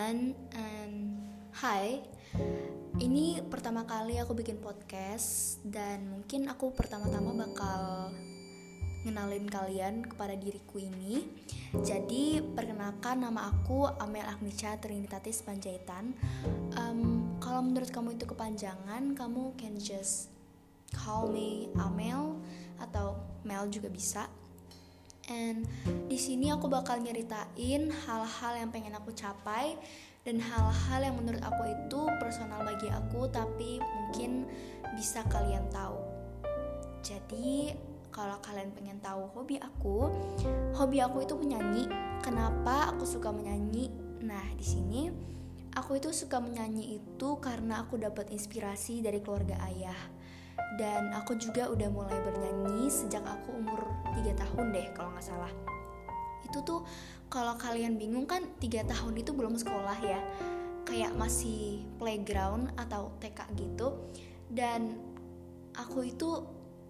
everyone, and hi. Ini pertama kali aku bikin podcast dan mungkin aku pertama-tama bakal ngenalin kalian kepada diriku ini. Jadi perkenalkan, nama aku Amel Agnica Trinitatis Panjaitan. Kalau menurut kamu itu kepanjangan, kamu can just call me Amel atau Mel juga bisa. And di sini aku bakal nyeritain hal-hal yang pengen aku capai dan hal-hal yang menurut aku itu personal bagi aku, tapi mungkin bisa kalian tahu. Jadi kalau kalian pengen tahu hobi aku itu menyanyi. Kenapa aku suka menyanyi? Nah, di sini aku itu suka menyanyi itu karena aku dapat inspirasi dari keluarga ayah. Dan aku juga udah mulai bernyanyi sejak aku umur 3 tahun deh kalau gak salah. Itu tuh kalau kalian bingung kan 3 tahun itu belum sekolah ya, kayak masih playground atau TK gitu. Dan aku itu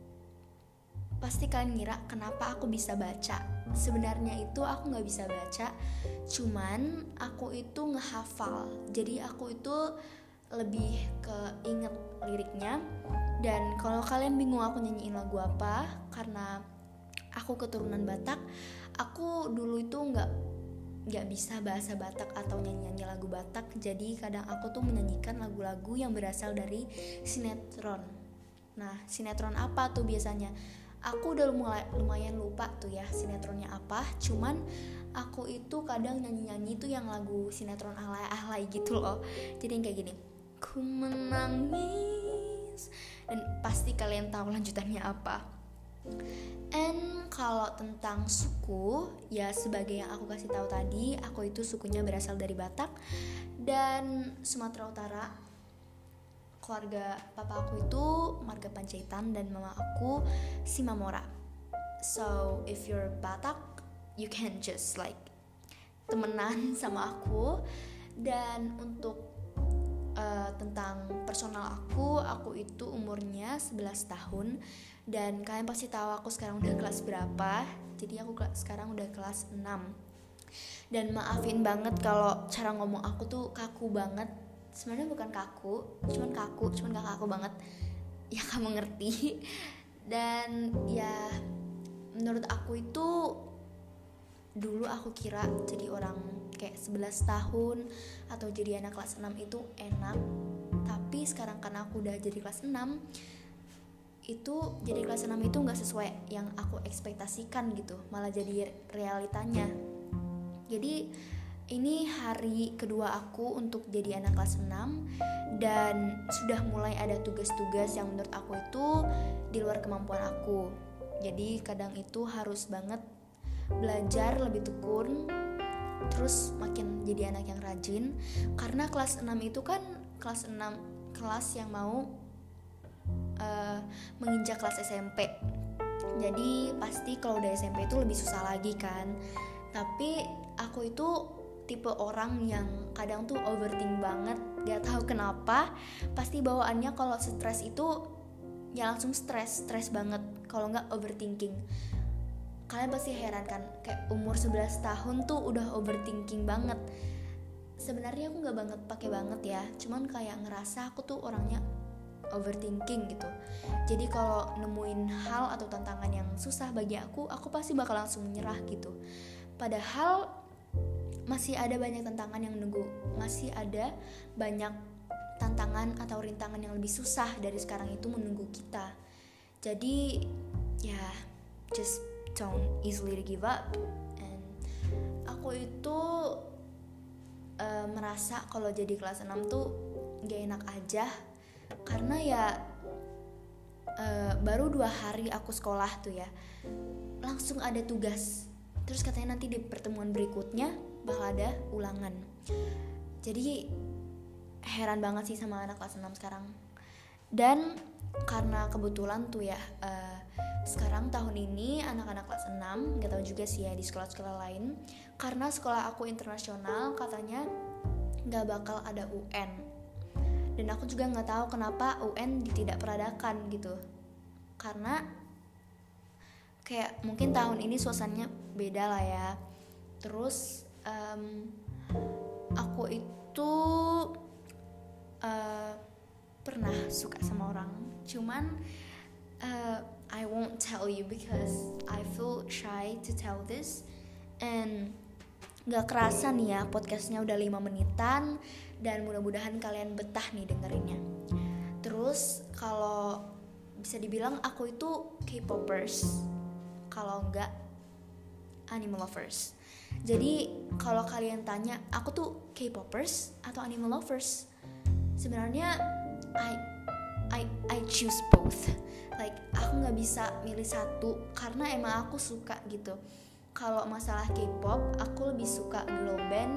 pasti kalian ngira kenapa aku bisa baca. Sebenarnya itu aku gak bisa baca, cuman aku itu ngehafal. Jadi aku itu lebih ke inget liriknya. Dan kalau kalian bingung aku nyanyiin lagu apa, karena aku keturunan Batak, aku dulu itu nggak bisa bahasa Batak atau nyanyi lagu Batak. Jadi kadang aku tuh menyanyikan lagu-lagu yang berasal dari sinetron. Nah, sinetron apa tuh biasanya? Aku udah lumayan lupa tuh ya sinetronnya apa. Cuman aku itu kadang nyanyi tuh yang lagu sinetron alay-alay gitu loh. Jadi yang kayak gini, ku menangis, dan pasti kalian tahu lanjutannya apa. And kalau tentang suku, ya sebagai yang aku kasih tahu tadi, aku itu sukunya berasal dari Batak dan Sumatera Utara. Keluarga papa aku itu marga Panjaitan dan mama aku Simamora. So if you're Batak, you can just like temenan sama aku. Dan untuk tentang personal aku itu umurnya 11 tahun. Dan kalian pasti tahu aku sekarang udah kelas berapa. Jadi aku sekarang udah kelas 6. Dan maafin banget kalau cara ngomong aku tuh kaku banget. Sebenarnya bukan kaku, cuman gak kaku banget. Ya kamu ngerti. Dan ya menurut aku itu dulu aku kira jadi orang kayak 11 tahun atau jadi anak kelas 6 itu enak. Tapi sekarang karena aku udah jadi kelas 6, itu jadi kelas 6 itu gak sesuai yang aku ekspektasikan gitu, malah jadi realitanya. Jadi ini hari kedua aku untuk jadi anak kelas 6 dan sudah mulai ada tugas-tugas yang menurut aku itu di luar kemampuan aku. Jadi kadang itu harus banget belajar lebih tekun, terus makin jadi anak yang rajin. Karena kelas 6 itu kan kelas yang mau menginjak kelas SMP. Jadi pasti kalau udah SMP itu lebih susah lagi kan. Tapi aku itu tipe orang yang kadang tuh overthink banget, gak tahu kenapa. Pasti bawaannya kalau stres itu ya langsung stres banget, kalau gak overthinking. Kalian pasti heran kan, kayak umur 11 tahun tuh udah overthinking banget. Sebenarnya aku gak pakai banget ya, cuman kayak ngerasa aku tuh orangnya overthinking gitu. Jadi kalau nemuin hal atau tantangan yang susah bagi aku pasti bakal langsung menyerah gitu. Padahal masih ada banyak tantangan yang menunggu, masih ada banyak tantangan atau rintangan yang lebih susah dari sekarang itu menunggu kita. Jadi ya just don't easily give up. And aku itu merasa kalau jadi kelas 6 tuh gak enak aja. Karena ya baru 2 hari aku sekolah tuh ya, langsung ada tugas. Terus katanya nanti di pertemuan berikutnya bakal ada ulangan. Jadi heran banget sih sama anak kelas 6 sekarang. Dan karena kebetulan tuh ya sekarang tahun ini anak-anak kelas 6, gak tahu juga sih ya di sekolah-sekolah lain, karena sekolah aku internasional katanya gak bakal ada UN. Dan aku juga gak tahu kenapa UN tidak peradakan gitu. Karena kayak mungkin tahun ini suasananya beda lah ya. Terus aku itu pernah suka sama orang, cuman I won't tell you because I feel shy to tell this. And gak kerasa nih ya, podcastnya udah 5 menitan, dan mudah-mudahan kalian betah nih dengerinnya. Terus kalau bisa dibilang aku itu K-popers, kalau enggak anime lovers. Jadi kalau kalian tanya aku tuh K-popers atau anime lovers, sebenarnya I choose both. Like aku nggak bisa milih satu karena emang aku suka gitu. Kalau masalah K-pop aku lebih suka girl band,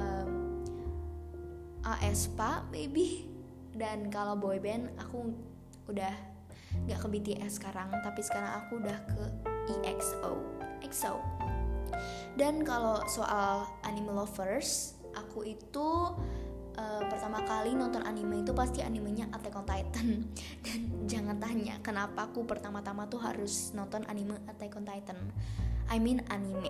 aespa maybe. Dan kalau boy band aku udah nggak ke BTS sekarang, tapi sekarang aku udah ke EXO. Dan kalau soal anime lovers, aku itu pertama kali nonton anime itu pasti animenya Attack on Titan. Dan jangan tanya kenapa aku pertama-tama tuh harus nonton anime Attack on Titan. I mean anime.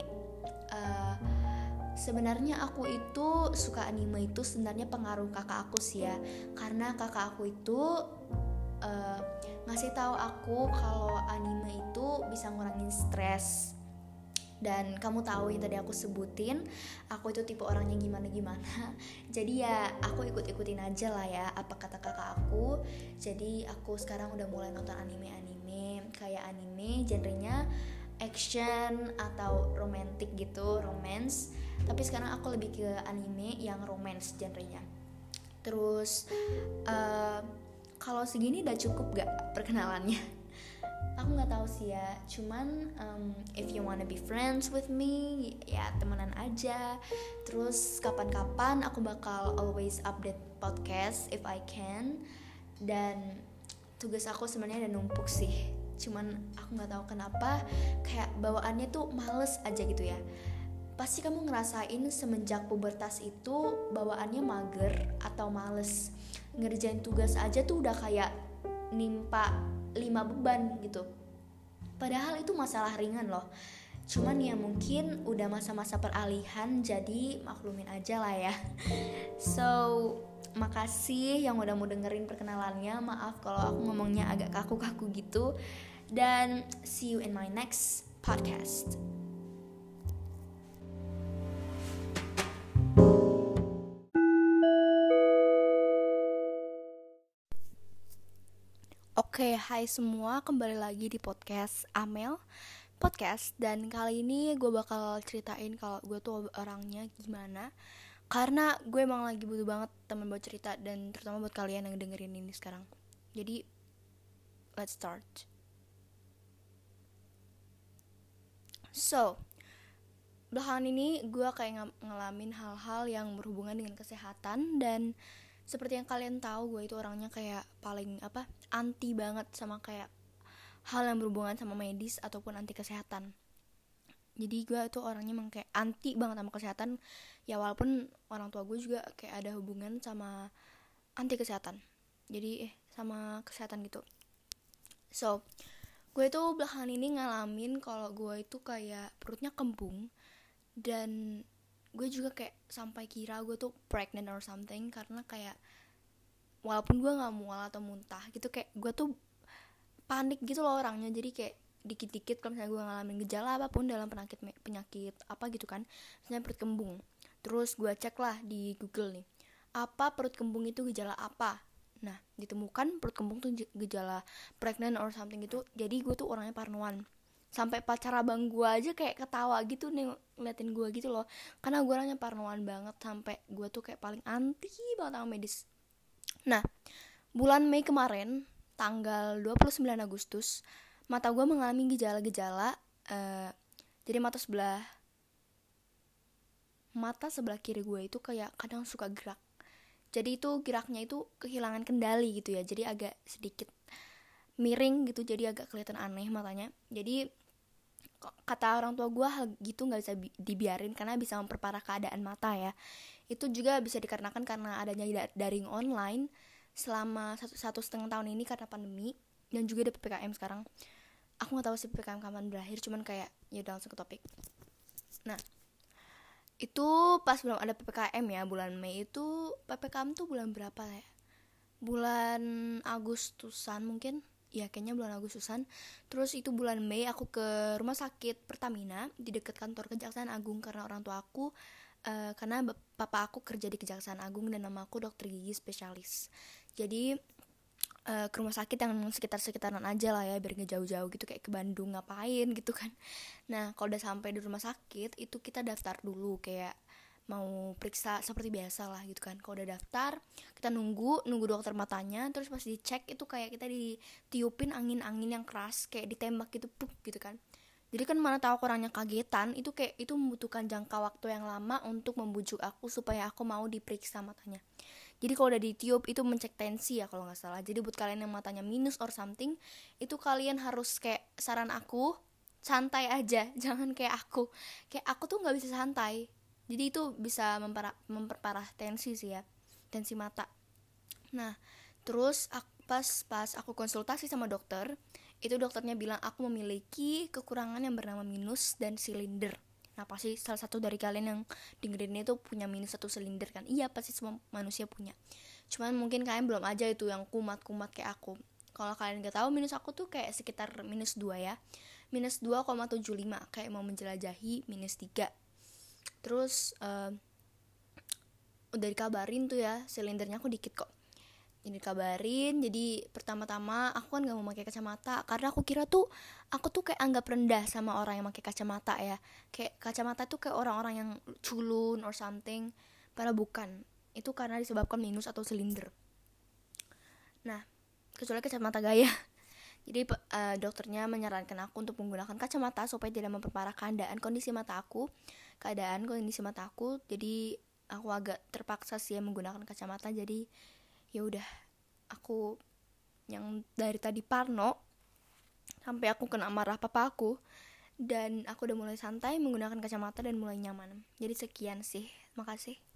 Sebenarnya aku itu suka anime itu sebenarnya pengaruh kakak aku sih ya. Karena kakak aku itu ngasih tahu aku kalau anime itu bisa ngurangin stres. Dan kamu tahu yang tadi aku sebutin, aku itu tipe orangnya gimana. Jadi ya aku ikut-ikutin aja lah ya apa kata kakak aku. Jadi aku sekarang udah mulai nonton anime-anime, kayak anime genrenya action atau romantic gitu, romance. Tapi sekarang aku lebih ke anime yang romance genrenya. Terus kalau segini udah cukup gak perkenalannya? Aku nggak tahu sih ya, cuman if you wanna be friends with me, ya temenan aja. Terus kapan-kapan aku bakal always update podcast if I can. Dan tugas aku sebenarnya udah numpuk sih, cuman aku nggak tahu kenapa kayak bawaannya tuh males aja gitu ya. Pasti kamu ngerasain semenjak pubertas itu bawaannya mager atau males. Ngerjain tugas aja tuh udah kayak nimpa 5 beban gitu. Padahal itu masalah ringan loh. Cuman ya mungkin udah masa-masa peralihan, jadi maklumin aja lah ya. So, makasih yang udah mau dengerin perkenalannya. Maaf kalau aku ngomongnya agak kaku-kaku gitu. Dan see you in my next podcast. Oke, hai semua, kembali lagi di podcast Amel Podcast. Dan kali ini gue bakal ceritain kalau gue tuh orangnya gimana. Karena gue emang lagi butuh banget teman buat cerita, dan terutama buat kalian yang dengerin ini sekarang. Jadi, let's start. So, belakangan ini gue kayak ngalamin hal-hal yang berhubungan dengan kesehatan. Dan seperti yang kalian tahu, gue itu orangnya kayak paling anti banget sama kayak hal yang berhubungan sama medis ataupun anti kesehatan. Jadi gue tuh orangnya emang kayak anti banget sama kesehatan. Ya walaupun orang tua gue juga kayak ada hubungan sama anti kesehatan. Jadi sama kesehatan gitu. So, gue tuh belakangan ini ngalamin kalau gue itu kayak perutnya kembung. Dan gue juga kayak sampai kira gue tuh pregnant or something, karena kayak walaupun gue gak mual atau muntah gitu, kayak gue tuh panik gitu loh orangnya. Jadi kayak dikit-dikit kalau misalnya gue ngalamin gejala apapun dalam penyakit apa gitu kan, misalnya perut kembung, terus gue cek lah di Google nih, apa perut kembung itu gejala apa. Nah, ditemukan perut kembung tuh gejala pregnant or something gitu. Jadi gue tuh orangnya parnoan. Sampai pacar abang gue aja kayak ketawa gitu nih ngeliatin gue gitu loh. Karena gue orangnya parnoan banget, sampai gue tuh kayak paling anti banget sama medis. Nah, bulan Mei kemarin, tanggal 29 Agustus, mata gue mengalami gejala-gejala. Jadi mata sebelah kiri gue itu kayak kadang suka gerak. Jadi itu geraknya itu kehilangan kendali gitu ya. Jadi agak sedikit miring gitu, jadi agak kelihatan aneh matanya. Jadi kata orang tua gue, hal gitu nggak bisa dibiarin karena bisa memperparah keadaan mata ya. Itu juga bisa dikarenakan karena adanya daring online selama 1,5 tahun ini karena pandemi, dan juga ada PPKM sekarang. Aku nggak tahu sih PPKM kapan berakhir, cuman kayak ya udah langsung ke topik. Nah, Itu pas belum ada PPKM ya, bulan Mei itu. PPKM tuh bulan berapa ya? Bulan Agustusan mungkin. Ya kayaknya bulan Agustusan. Terus itu bulan Mei aku ke rumah sakit Pertamina di dekat kantor Kejaksaan Agung karena orang tua aku karena papa aku kerja di Kejaksaan Agung dan nama aku dokter gigi spesialis. Jadi ke rumah sakit yang sekitar-sekitaran aja lah ya, biar gak jauh-jauh gitu kayak ke Bandung ngapain gitu kan. Nah kalau udah sampai di rumah sakit itu kita daftar dulu kayak mau periksa seperti biasa lah gitu kan. Kalau udah daftar kita nunggu dokter matanya, terus pas dicek itu kayak kita ditiupin angin-angin yang keras kayak ditembak gitu pup gitu kan. Jadi kan mana tahu aku orangnya kagetan, itu kayak itu membutuhkan jangka waktu yang lama untuk membujuk aku supaya aku mau diperiksa matanya. Jadi kalau udah ditiup itu mencek tensi ya kalau nggak salah. Jadi buat kalian yang matanya minus or something, itu kalian harus kayak saran aku santai aja, jangan kayak aku. Kayak aku tuh nggak bisa santai. Jadi itu bisa memperparah tensi sih ya, tensi mata. Nah, terus pas aku konsultasi sama dokter, itu dokternya bilang aku memiliki kekurangan yang bernama minus dan silinder. Nah pasti salah satu dari kalian yang dengerin itu punya minus satu silinder kan. Iya pasti semua manusia punya. Cuman mungkin kalian belum aja itu yang kumat-kumat kayak aku. Kalau kalian gak tahu, minus aku tuh kayak sekitar minus 2 ya. Minus 2,75, kayak mau menjelajahi minus 3. Terus udah dikabarin tuh ya, silindernya aku dikit kok. Jadi dikabarin, jadi pertama-tama aku kan gak mau pakai kacamata karena aku kira tuh aku tuh kayak anggap rendah sama orang yang pakai kacamata ya, kayak kacamata tuh kayak orang-orang yang culun or something, padahal bukan. Itu karena disebabkan minus atau silinder. Nah kecuali kacamata gaya. Jadi dokternya menyarankan aku untuk menggunakan kacamata supaya tidak memperparah keadaan kondisi mata aku. Jadi aku agak terpaksa sih menggunakan kacamata. Jadi ya udah, aku yang dari tadi parno sampai aku kena marah papa aku, dan aku udah mulai santai menggunakan kacamata dan mulai nyaman. Jadi sekian sih, makasih.